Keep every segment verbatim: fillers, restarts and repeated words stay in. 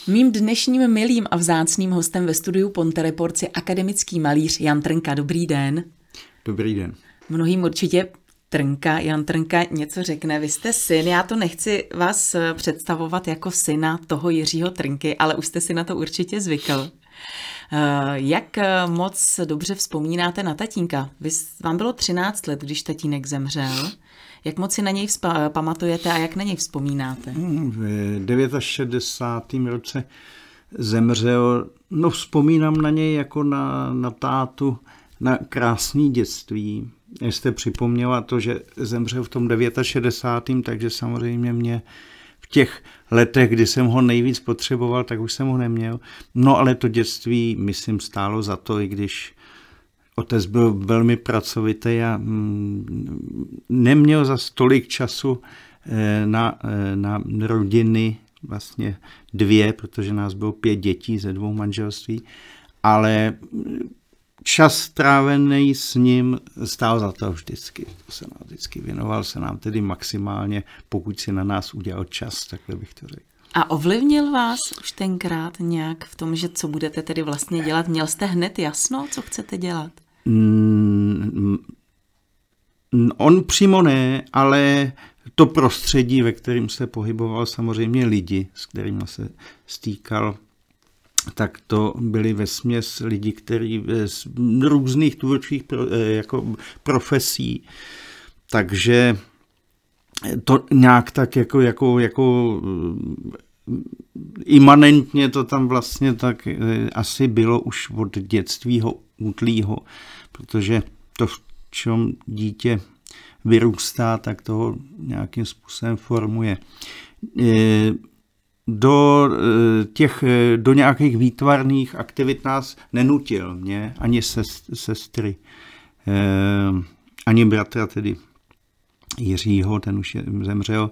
Mým dnešním milým a vzácným hostem ve studiu Ponte Report je akademický malíř Jan Trnka. Dobrý den. Dobrý den. Mnohým určitě Trnka, Jan Trnka něco řekne. Vy jste syn, já to nechci vás představovat jako syna toho Jiřího Trnky, ale už jste si na to určitě zvykl. Jak moc dobře vzpomínáte na tatínka? Vy, vám bylo třináct let, když tatínek zemřel. Jak moc si na něj vzpa- pamatujete a jak na něj vzpomínáte? V šedesátém devátém roce zemřel, no vzpomínám na něj jako na, na tátu, na krásné dětství. Jste připomněla to, že zemřel v tom šedesátém devátém takže samozřejmě mě v těch letech, kdy jsem ho nejvíc potřeboval, tak už jsem ho neměl. No ale to dětství, myslím, stálo za to, i když otec byl velmi pracovitý a neměl za tolik času na, na rodiny, vlastně dvě, protože nás bylo pět dětí ze dvou manželství, ale čas strávený s ním stál za to vždycky. To se nám vždycky věnoval, se nám tedy maximálně, pokud si na nás udělal čas, takhle bych to řekl. A ovlivnil vás už tenkrát nějak v tom, že co budete tedy vlastně dělat? Měl jste hned jasno, co chcete dělat? Mm, on přímo ne, ale to prostředí, ve kterém se pohyboval, samozřejmě lidi, s kterými se stýkal, tak to byli vesměs lidi, kteří z různých tvůrčích jako profesí, takže to nějak tak jako, jako, jako imanentně to tam vlastně tak asi bylo už od dětstvího útlýho, protože to, v čem dítě vyrůstá, tak toho nějakým způsobem formuje. Do těch, do nějakých výtvarných aktivit nás nenutil mě, ani sestry, ani bratra tedy Jiřího, ten už je, zemřel.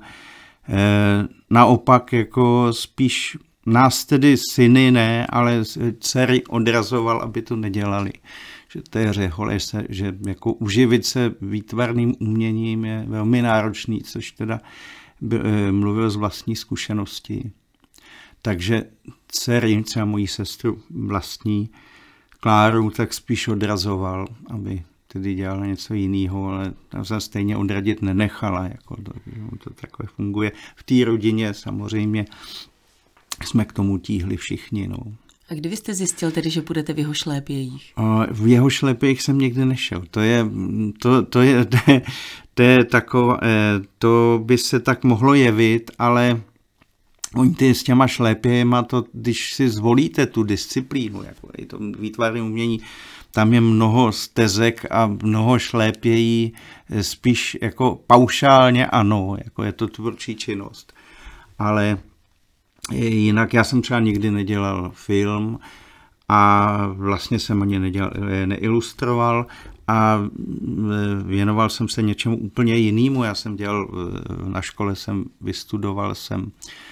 Naopak jako spíš nás tedy syny ne, ale dcery odrazoval, aby to nedělali. Že to je řehole, že jako uživit se výtvarným uměním je velmi náročný, což teda mluvil z vlastní zkušenosti. Takže dcery, třeba mojí sestru vlastní, Kláru, tak spíš odrazoval, aby tedy dělala něco jiného, ale tam se stejně odradit nenechala. Jako to, to takhle funguje. V té rodině samozřejmě jsme k tomu tíhli všichni. No. A kdy vy jste zjistil tedy, že budete v jeho šlépějích? V jeho šlépějích jsem nikdy nešel. To je, to, to je, to je, to je takové, to by se tak mohlo jevit, ale oni ty s těma šlépějema, to, když si zvolíte tu disciplínu, jako je to výtvarné umění, tam je mnoho stezek a mnoho šlépějí, spíš jako paušálně ano, jako je to tvůrčí činnost. Ale jinak já jsem třeba nikdy nedělal film a vlastně jsem ani nedělal, neilustroval a věnoval jsem se něčemu úplně jinému. Já jsem dělal, na škole jsem vystudoval jsem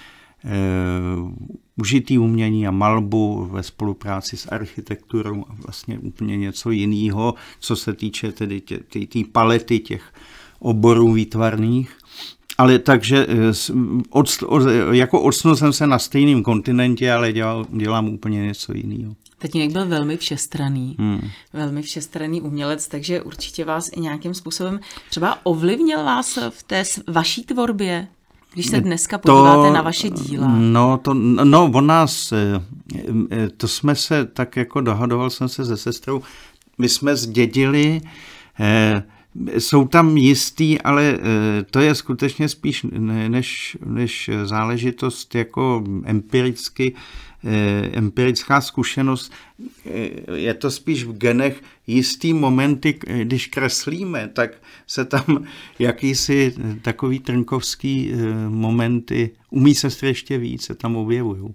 Uh, užitý umění a malbu ve spolupráci s architekturou a vlastně úplně něco jiného, co se týče tedy té tě, tě palety těch oborů výtvarných. Ale takže od, od, jako odsnul jsem se na stejném kontinentě, ale dělal, dělám úplně něco jiného. Tatínek byl velmi všestranný, hmm. velmi všestranný umělec, takže určitě vás i nějakým způsobem třeba ovlivnil vás v té vaší tvorbě? Když se dneska podíváte to, na vaše díla. No, to, no, on nás, to jsme se tak jako dohadoval jsem se se sestrou, my jsme zdědili, eh, jsou tam jistý, ale eh, to je skutečně spíš než, než záležitost jako empiricky, eh, empirická zkušenost, eh, je to spíš v genech jistý momenty, když kreslíme, tak se tam jakýsi takový trnkovský eh, momenty, umí sestry ještě víc, se tam objevují.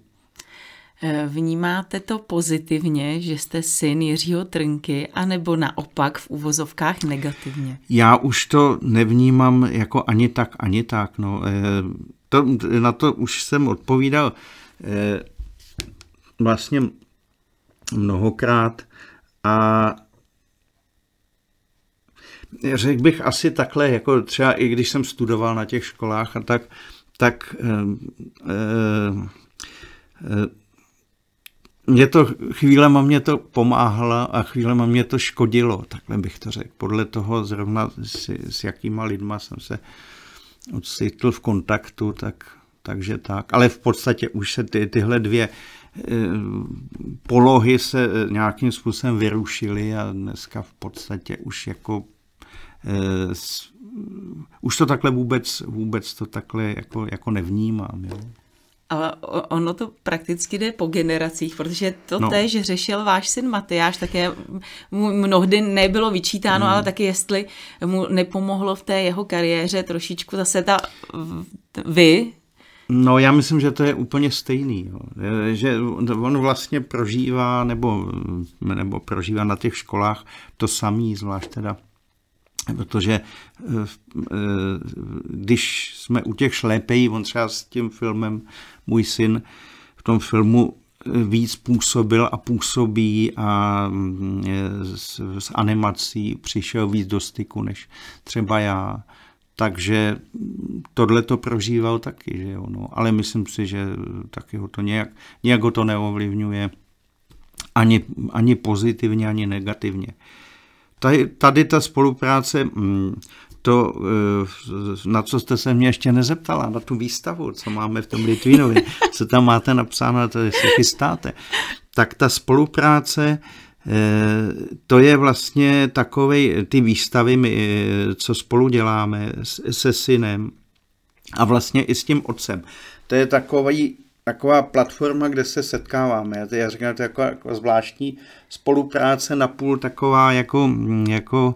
Vnímáte to pozitivně, že jste syn Jiřího Trnky, anebo naopak v uvozovkách negativně? Já už to nevnímám jako ani tak, ani tak. No. To, na to už jsem odpovídal vlastně mnohokrát a řekl bych asi takhle, jako třeba i když jsem studoval na těch školách a tak, tak eh, Mě to chvílema mě to pomáhalo a chvílema mě to škodilo, takhle bych to řekl. Podle toho zrovna s, s jakýma lidma jsem se ocitl v kontaktu, tak, takže tak. Ale v podstatě už se ty, tyhle dvě e, polohy se nějakým způsobem vyrušily a dneska v podstatě už jako e, s, už to takhle vůbec, vůbec to takhle jako, jako nevnímám, jo. Ale ono to prakticky jde po generacích, protože to no. též řešil váš syn Matyáš, také mu mnohdy nebylo vyčítáno, hmm. ale taky jestli mu nepomohlo v té jeho kariéře trošičku zase ta vy. No já myslím, že to je úplně stejný, jo. Že on vlastně prožívá nebo, nebo prožívá na těch školách to samý, zvlášť teda protože když jsme u těch šlépejí, on třeba s tím filmem, můj syn v tom filmu víc působil a působí a s, s animací přišel víc do styku než třeba já. Takže tohle to prožíval taky, že jo, no. Ale myslím si, že taky ho to nějak, nějak ho to neovlivňuje ani, ani pozitivně, ani negativně. Tady, tady ta spolupráce, to, na co jste se mě ještě nezeptala, na tu výstavu, co máme v tom Litvínově, co tam máte napsáno, to se chystáte, tak ta spolupráce, to je vlastně takovej, ty výstavy, my, co spolu děláme se synem a vlastně i s tím otcem. To je takový, taková platforma, kde se setkáváme. Já říkám, to je jako, jako zvláštní spolupráce, napůl taková jako, jako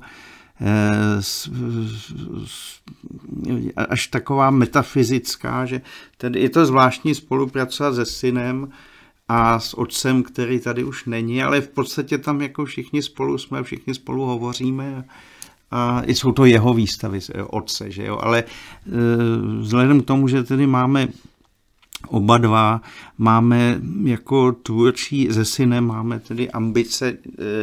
až taková metafyzická, že tedy je to zvláštní spolupracovat se synem a s otcem, který tady už není, ale v podstatě tam jako všichni spolu jsme, všichni spolu hovoříme a i jsou to jeho výstavy, otce, že jo, ale vzhledem k tomu, že tedy máme oba dva, máme jako tvůrčí se synem, máme tedy ambice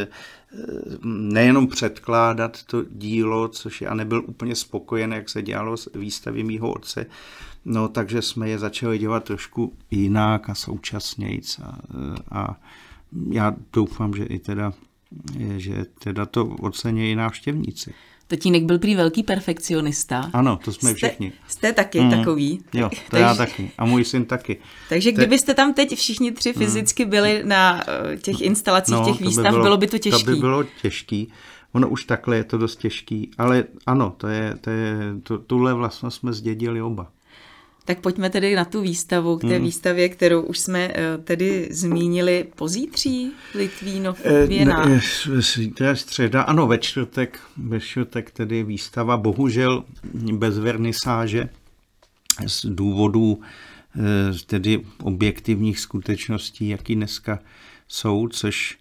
nejenom předkládat to dílo, což já nebyl úplně spokojen, jak se dělalo s výstavy mýho otce, no takže jsme je začali dělat trošku jinak a současnějc a, a já doufám, že i teda, že teda to ocení i návštěvníci. Tatínek byl prý velký perfekcionista. Ano, to jsme jste, všichni. Jste taky mm, takový. Jo, to takže, já taky. A můj syn taky. Takže kdybyste tam teď všichni tři fyzicky byli na těch instalacích, no, těch výstav, by bylo, bylo by to těžké. To by bylo těžký. Ono už takhle je to dost těžký. Ale ano, to je, to je, to, tuhle vlastnost jsme zdědili oba. Tak pojďme tedy na tu výstavu, k té hmm. výstavě, kterou už jsme tedy zmínili pozítří Litvínově. Ne, to je středa, ano, ve čtvrtek, ve čtvrtek tedy výstava, bohužel bez vernisáže z důvodů tedy objektivních skutečností, jaký dneska jsou, což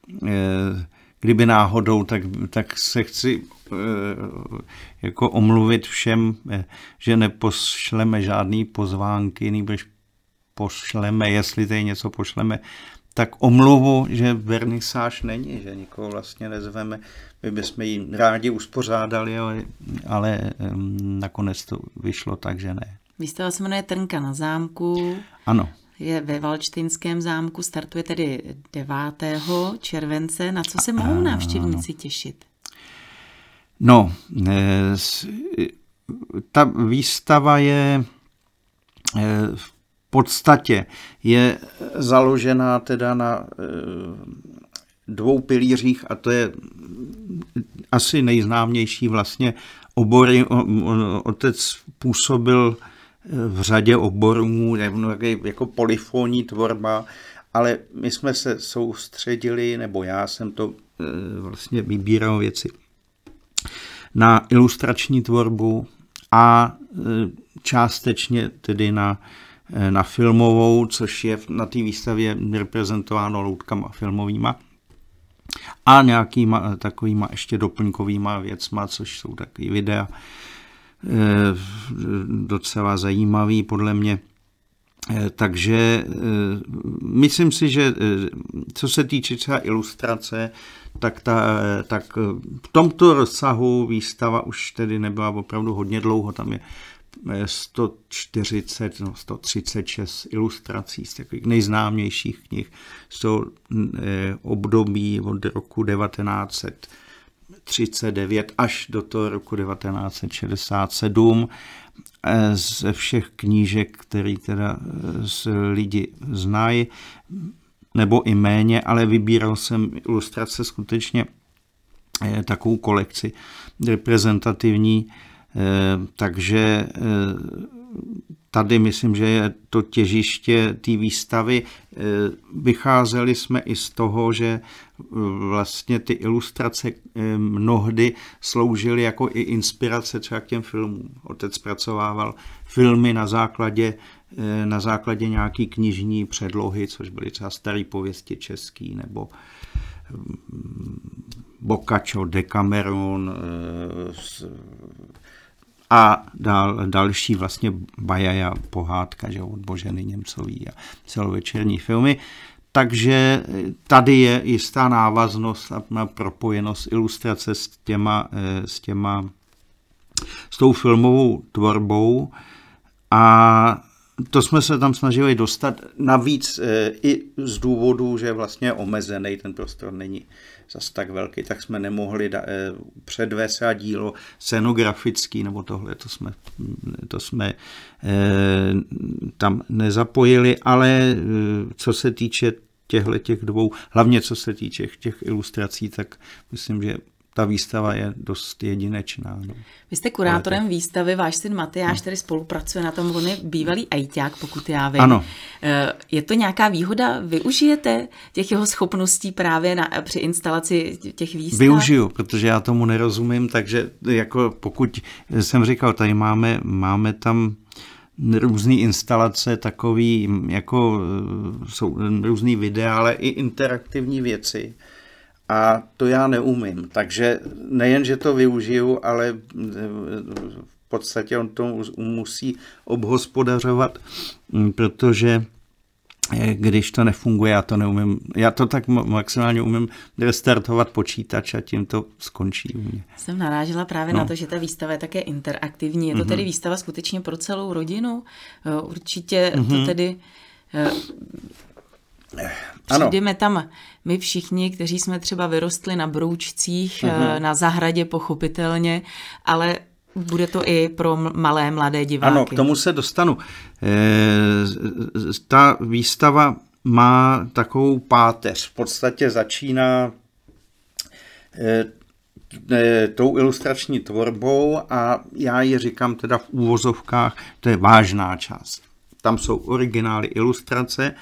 kdyby náhodou, tak, tak se chci jako omluvit všem, že nepošleme žádný pozvánky, nebož pošleme, jestli tady něco pošleme, tak omluvu, že vernisáž není, že nikoho vlastně nezveme. My bychom ji rádi uspořádali, ale, ale nakonec to vyšlo tak, že ne. Výstava se jmenuje Trnka na zámku. Ano. Je ve Valštejnském zámku, startuje tedy devátého července. Na co se mohou návštěvníci těšit? No, ta výstava je v podstatě je založená teda na dvou pilířích a to je asi nejznámější vlastně obory. Otec působil v řadě oborů, jako polyfonní tvorba, ale my jsme se soustředili, nebo já jsem to vlastně vybíral věci na ilustrační tvorbu a částečně tedy na, na filmovou, což je na té výstavě reprezentováno loutkama filmovýma a nějakýma takovýma ještě doplňkovýma věcma, což jsou takový videa, docela zajímavý podle mě. Takže myslím si, že co se týče třeba ilustrace, tak, ta, tak v tomto rozsahu výstava už tedy nebyla opravdu hodně dlouho, tam je sto čtyřicet, no sto třicet šest ilustrací z takových nejznámějších knih z toho období od roku devatenáct set třicet devět až do toho roku devatenáct set šedesát sedm. Ze všech knížek, které teda lidi znají, nebo i méně, ale vybíral jsem ilustrace skutečně takovou kolekci reprezentativní, takže tady myslím, že je to těžiště té výstavy. Vycházeli jsme i z toho, že vlastně ty ilustrace mnohdy sloužily jako i inspirace třeba k těm filmům. Otec zpracovával filmy na základě, na základě nějaký knižní předlohy, což byly třeba staré pověsti český, nebo Boccaccio, Decameron a dal, další vlastně Bajaja pohádka, že od Boženy Němcový a celovečerní filmy. Takže tady je jistá návaznost a propojenost ilustrace s těma, s těma, s tou filmovou tvorbou a to jsme se tam snažili dostat. Navíc i z důvodu, že vlastně je omezený, ten prostor není zas tak velký, tak jsme nemohli da, předvést a dílo scenografický, nebo tohle, to jsme, to jsme eh, tam nezapojili, ale co se týče těchto těch dvou, hlavně co se týče těch ilustrací, tak myslím, že ta výstava je dost jedinečná. No. Vy jste kurátorem Ale výstavy, váš syn Matyáš tedy spolupracuje na tom, on je bývalý ajťák, pokud já vím. Ano. Je to nějaká výhoda? Využijete těch jeho schopností právě na, při instalaci těch výstav? Využiju, protože já tomu nerozumím, takže jako pokud jsem říkal, tady máme, máme tam různé instalace, takový, jako jsou různý videa, ale i interaktivní věci. A to já neumím, takže nejen, že to využiju, ale v podstatě on to musí obhospodařovat, protože když to nefunguje, já to neumím, já to tak maximálně umím restartovat počítač a tím to skončí u mě. Jsem narážela právě no. na to, že ta výstava je také interaktivní. Je to mm-hmm. tedy výstava skutečně pro celou rodinu? Určitě mm-hmm. to tedy... Přijdeme tam my všichni, kteří jsme třeba vyrostli na broučcích, uh-huh. na zahradě pochopitelně, ale bude to i pro malé, mladé diváky. Ano, k tomu se dostanu. E, ta výstava má takovou páteř. V podstatě začíná e, e, tou ilustrační tvorbou a já ji říkám teda v úvozovkách, to je vážná část. Tam jsou originály ilustrace,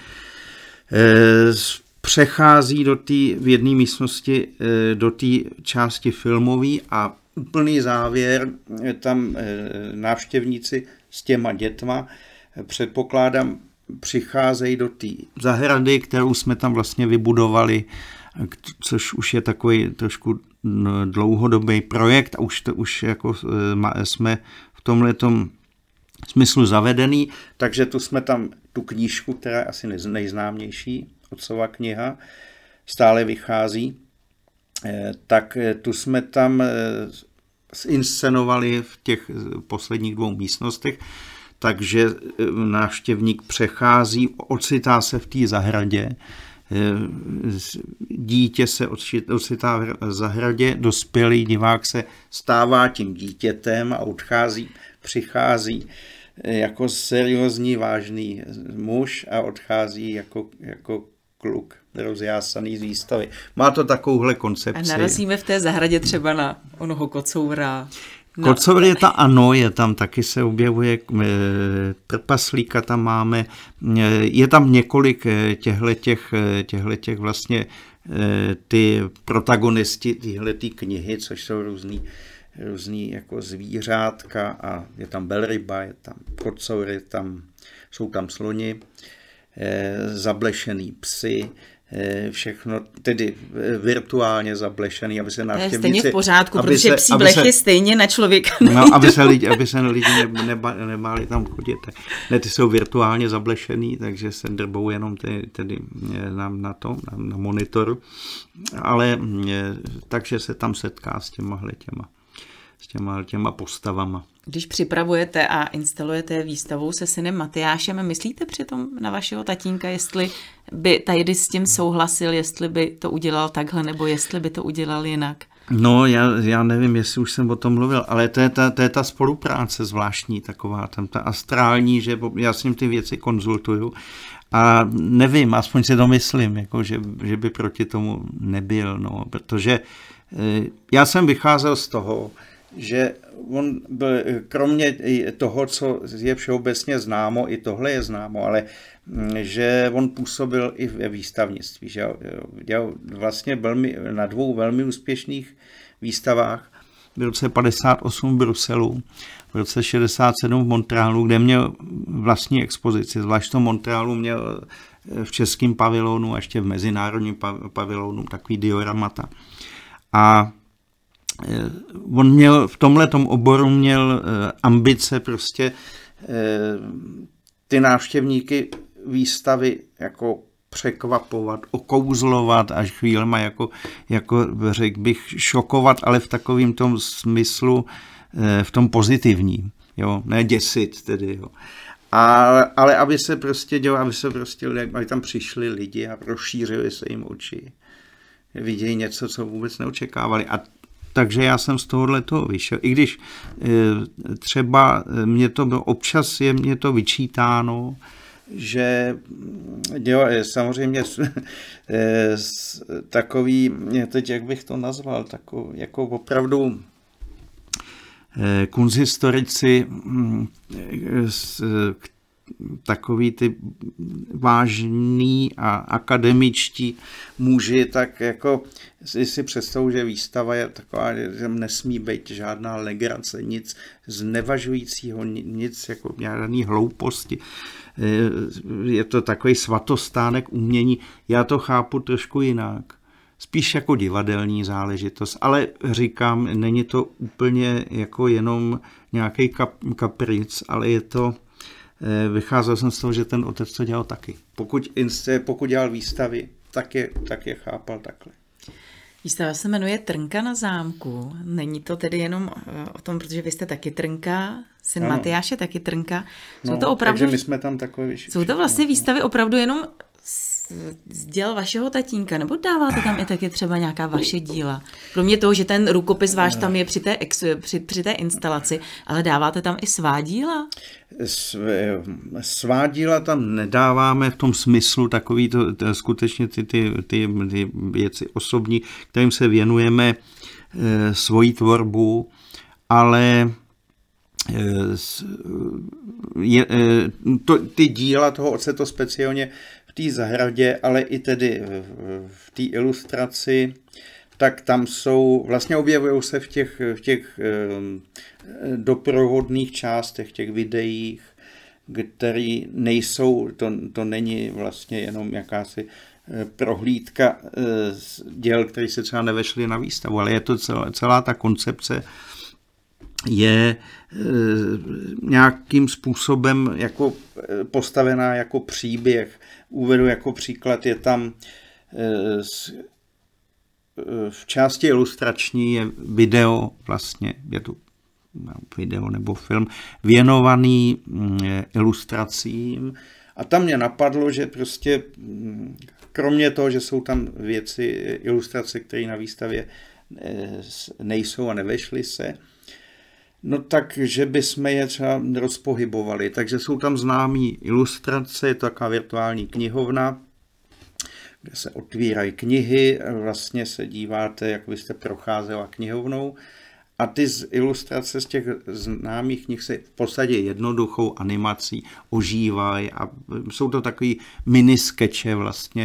přechází do té v jedné místnosti do té části filmové a úplný závěr, tam návštěvníci s těma dětma, předpokládám, přicházejí do té zahrady, kterou jsme tam vlastně vybudovali, což už je takový trošku dlouhodobý projekt a už, to, už jako jsme v tomhletom smyslu zavedený, takže tu jsme tam tu knížku, která je asi nejznámější, otcova kniha, stále vychází, tak tu jsme tam zinscenovali v těch posledních dvou místnostech, takže návštěvník přechází, ocitá se v té zahradě, dítě se ocitá v zahradě, dospělý divák se stává tím dítětem a odchází, přichází jako seriózní, vážný muž a odchází jako, jako kluk rozjásaný z výstavy. Má to takovouhle koncepci. A narazíme v té zahradě třeba na onoho kocoura. No. Kocour je ta, ano, je tam, taky se objevuje, trpaslíka tam máme, je tam několik těchhletěch vlastně ty protagonisti téhletý knihy, což jsou různý různý jako zvířátka a je tam velryba, je tam kocour, je tam, jsou tam sloni, e, zablešený psy, všechno tedy virtuálně zablešený, aby se návštěvníci... To je stejně v pořádku, aby protože se, psí blech se, je stejně na člověka. No, aby se lidi, aby se lidi ne, neba, nebáli tam chodit. Ne, ty jsou virtuálně zablešený, takže se drbou jenom ty, tedy na, na to, na, na monitoru, ale takže se tam setká s těma těma, s těma, těma postavama. Když připravujete a instalujete výstavu se synem Matyášem, myslíte přitom na vašeho tatínka, jestli by tady s tím souhlasil, jestli by to udělal takhle, nebo jestli by to udělal jinak? No, já, já nevím, jestli už jsem o tom mluvil, ale to je ta, to je ta spolupráce zvláštní taková, tam ta astrální, že já s ním ty věci konzultuju a nevím, aspoň si to myslím, jako, že, že by proti tomu nebyl, no, protože já jsem vycházel z toho, že on byl, kromě toho, co je všeobecně známo, i tohle je známo, ale že on působil i ve výstavnictví, že dělal vlastně velmi, na dvou velmi úspěšných výstavách, v roce padesát osm v Bruselu, v roce šedesát sedm v Montrealu, kde měl vlastní expozici, zvlášť v tom Montrealu měl v českém pavilonu a ještě v mezinárodním pavilonu takový dioramata. A on měl v tomhletom oboru měl ambice prostě ty návštěvníky výstavy jako překvapovat, okouzlovat až chvílema jako, jako řekl bych, šokovat, ale v takovém tom smyslu, v tom pozitivním, jo, ne děsit tedy, jo. A, ale aby se prostě dělo, aby se prostě aby tam přišli lidi a rozšířili se jim oči. Vidějí něco, co vůbec neočekávali. A takže já jsem z tohohle toho vyšel. I když e, třeba mě to bylo, občas je mě to vyčítáno, že jo, samozřejmě e, takový, teď jak bych to nazval, takový, jako opravdu e, kunsthistorici, e, takový ty vážný a akademičtí muži, tak jako si představu, že výstava je taková, že nesmí být žádná legrace, nic znevažujícího, nic jako žádný hlouposti. Je to takový svatostánek umění. Já to chápu trošku jinak. Spíš jako divadelní záležitost, ale říkám, není to úplně jako jenom nějaký kap, kapric, ale je to vycházel jsem z toho, že ten otec to dělal taky. Pokud, pokud dělal výstavy, tak je, tak je chápal takhle. Výstava se jmenuje Trnka na zámku. Není to tedy jenom o tom, protože vy jste taky Trnka, syn ano. Matyáš je taky Trnka. Jsou no, to opravdu, takže my jsme tam takové... Jsou to vlastně výstavy opravdu jenom z děl vašeho tatínka, nebo dáváte tam i taky třeba nějaká vaše díla? Kromě toho, že ten rukopis váš tam je při té, ex, při, při té instalaci, ale dáváte tam i svá díla? Svá díla tam nedáváme v tom smyslu, takový to, to skutečně ty, ty, ty, ty věci osobní, kterým se věnujeme e, svojí tvorbu, ale je, to, ty díla toho otce to speciálně v té zahradě, ale i tedy v té ilustraci, tak tam jsou, vlastně objevují se v těch, v těch doprovodných částech, v těch videích, které nejsou, to, to není vlastně jenom jakási prohlídka děl, které se třeba nevešly na výstavu, ale je to celá, celá ta koncepce je e, nějakým způsobem jako postavená jako příběh. Uvedu jako příklad, je tam e, s, e, v části ilustrační je video, vlastně je to video nebo film, věnovaný e, ilustracím. A tam mě napadlo, že prostě kromě toho, že jsou tam věci, ilustrace, které na výstavě e, nejsou a nevešly se, no tak, že bychom je třeba rozpohybovali. Takže jsou tam známé ilustrace, je to taková virtuální knihovna, kde se otvírají knihy, vlastně se díváte, jak byste procházela knihovnou a ty z ilustrace z těch známých knih se v podstatě jednoduchou animací ožívají a jsou to takový mini skeče vlastně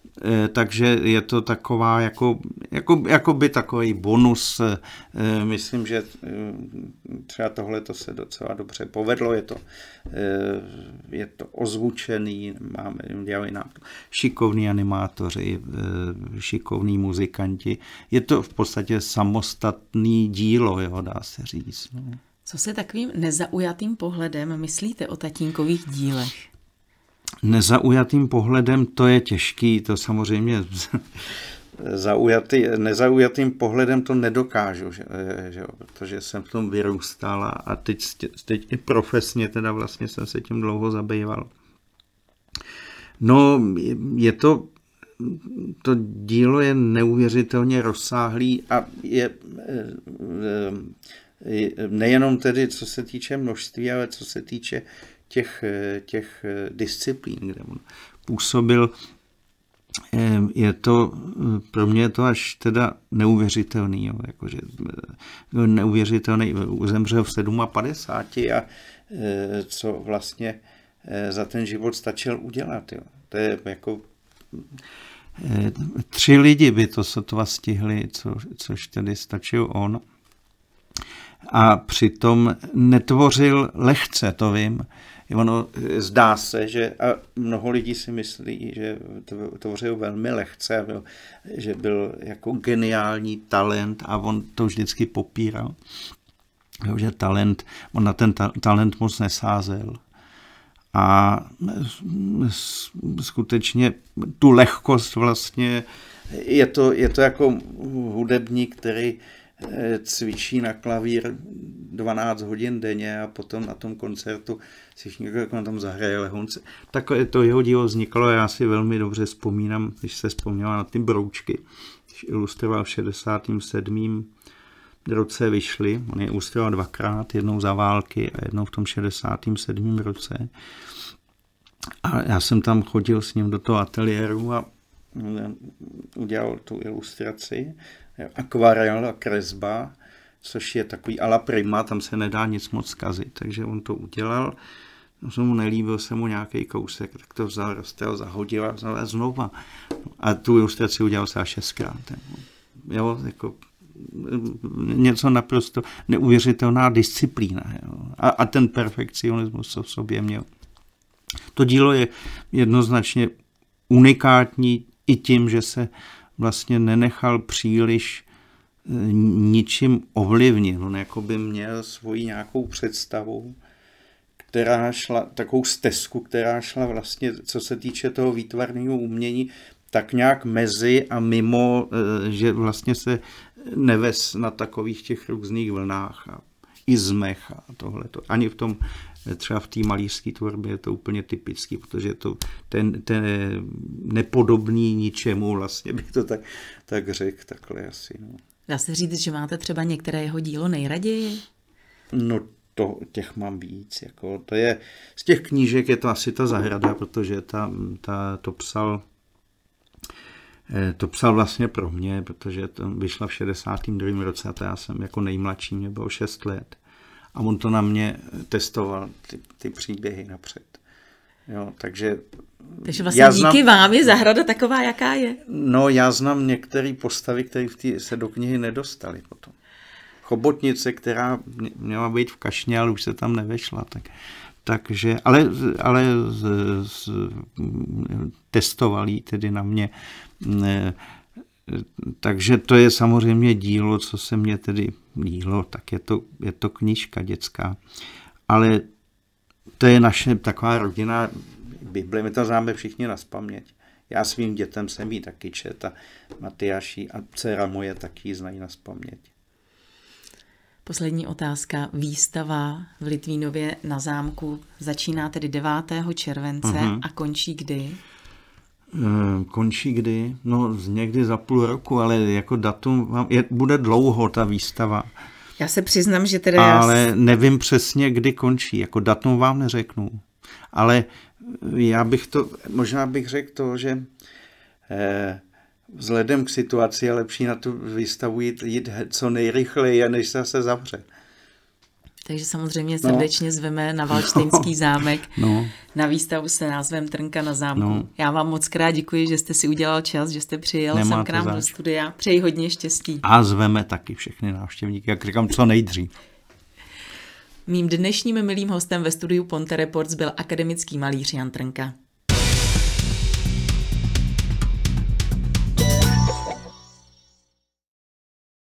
takže je to taková jako, jako, jako by takový bonus. Myslím, že třeba tohle to se docela dobře povedlo, je to, je to ozvučený, máme, dělají nám to šikovní animátoři, šikovní muzikanti. Je to v podstatě samostatný dílo, jo, dá se říct. No. Co se takovým nezaujatým pohledem myslíte o tatínkových dílech? Nezaujatým pohledem to je těžký, to samozřejmě zaujatý, nezaujatým pohledem to nedokážu, že, že jo, protože jsem v tom vyrůstal a teď, teď i profesně teda vlastně jsem se tím dlouho zabýval. No, je to, to dílo je neuvěřitelně rozsáhlý a je, je nejenom tedy, co se týče množství, ale co se týče těch, těch disciplín, kde on působil, je to, pro mě je to až teda neuvěřitelný, jo, jakože neuvěřitelný, zemřel v padesáti sedmi a co vlastně za ten život stačil udělat, jo. To je jako tři lidi by to sotva stihli, co, což tedy stačil on. A přitom netvořil lehce, to vím. Ono zdá se, že a mnoho lidí si myslí, že tvořil velmi lehce, že byl jako geniální talent a on to vždycky popíral. Že talent, on na ten ta, talent moc nesázel. A skutečně tu lehkost vlastně, je to, je to jako hudebník, který cvičí na klavír dvanáct hodin denně a potom na tom koncertu si někdo jako na tom zahraje lehonce. Tak to jeho dílo vzniklo, já si velmi dobře vzpomínám, když se vzpomněla na ty broučky, když ilustroval v šedesátém sedmém roce vyšly, on je ilustroval dvakrát, jednou za války a jednou v tom šedesátém sedmém roce. A já jsem tam chodil s ním do toho ateliéru a udělal tu ilustraci, akvarel a kresba, což je takový a la prima, tam se nedá nic moc zkazit, takže on to udělal, no, se mu nelíbil se mu nějaký kousek, tak to vzal, roztrhl, zahodil a vzal znova. A tu ilustraci udělal se až šestkrát. Jo, jako něco naprosto neuvěřitelná disciplína. Jo. A, a ten perfekcionismus, co v sobě měl. To dílo je jednoznačně unikátní i tím, že se vlastně nenechal příliš ničím ovlivnit. On jako by měl svoji nějakou představu, která šla, takovou stezku, která šla vlastně, co se týče toho výtvarného umění, tak nějak mezi a mimo, že vlastně se neves na takových těch různých vlnách a izmech a tohleto. Ani v tom, třeba v té malířské tvorbě je to úplně typický, protože je to ten, ten nepodobný ničemu, vlastně bych to tak, tak řekl, takhle asi. No. Dá se říct, že máte třeba některé jeho dílo nejraději? No to, těch mám víc. Jako, to je, z těch knížek je to asi ta Zahrada, protože ta, ta, to psal To psal vlastně pro mě, protože to vyšla v šedesátém druhém roce a to já jsem jako nejmladší, mě bylo šest let. A on to na mě testoval, ty, ty příběhy napřed. Jo, takže takže vlastně díky znám, vám je Zahrada taková, jaká je? No, já znám některé postavy, které se do knihy nedostaly potom. Chobotnice, která měla být v Kašně, ale už se tam nevešla, tak... Takže, ale, ale z, z, testovali tedy na mě. Takže to je samozřejmě dílo, co se mě tedy dílo, tak je to, je to knížka dětská. Ale to je naše taková rodina Bible, my to známe všichni nazpaměť. Já svým dětem jsem jí taky čet a Matyáši a dcera moje taky znají nazpaměť. Poslední otázka. Výstava v Litvínově na zámku začíná tedy devátého července uh-huh. a končí kdy? Končí kdy? No někdy za půl roku, ale jako datum vám, je, bude dlouho ta výstava. Já se přiznám, že teda... Ale já... nevím přesně, kdy končí. Jako datum vám neřeknu. Ale já bych to, možná bych řekl to, že eh, vzhledem k situaci je lepší na tu výstavu jít, jít co nejrychleji, než se se zavře. Takže samozřejmě srdečně no. zveme na Valdštejnský zámek, no. na výstavu se názvem Trnka na zámku. No. Já vám moc krát děkuji, že jste si udělal čas, že jste přijel Nemáte sem k nám zač. do studia. Přeji hodně štěstí. A zveme taky všechny návštěvníky, jak říkám, co nejdřív. Mým dnešním milým hostem ve studiu Ponte Reports byl akademický malíř Jan Trnka.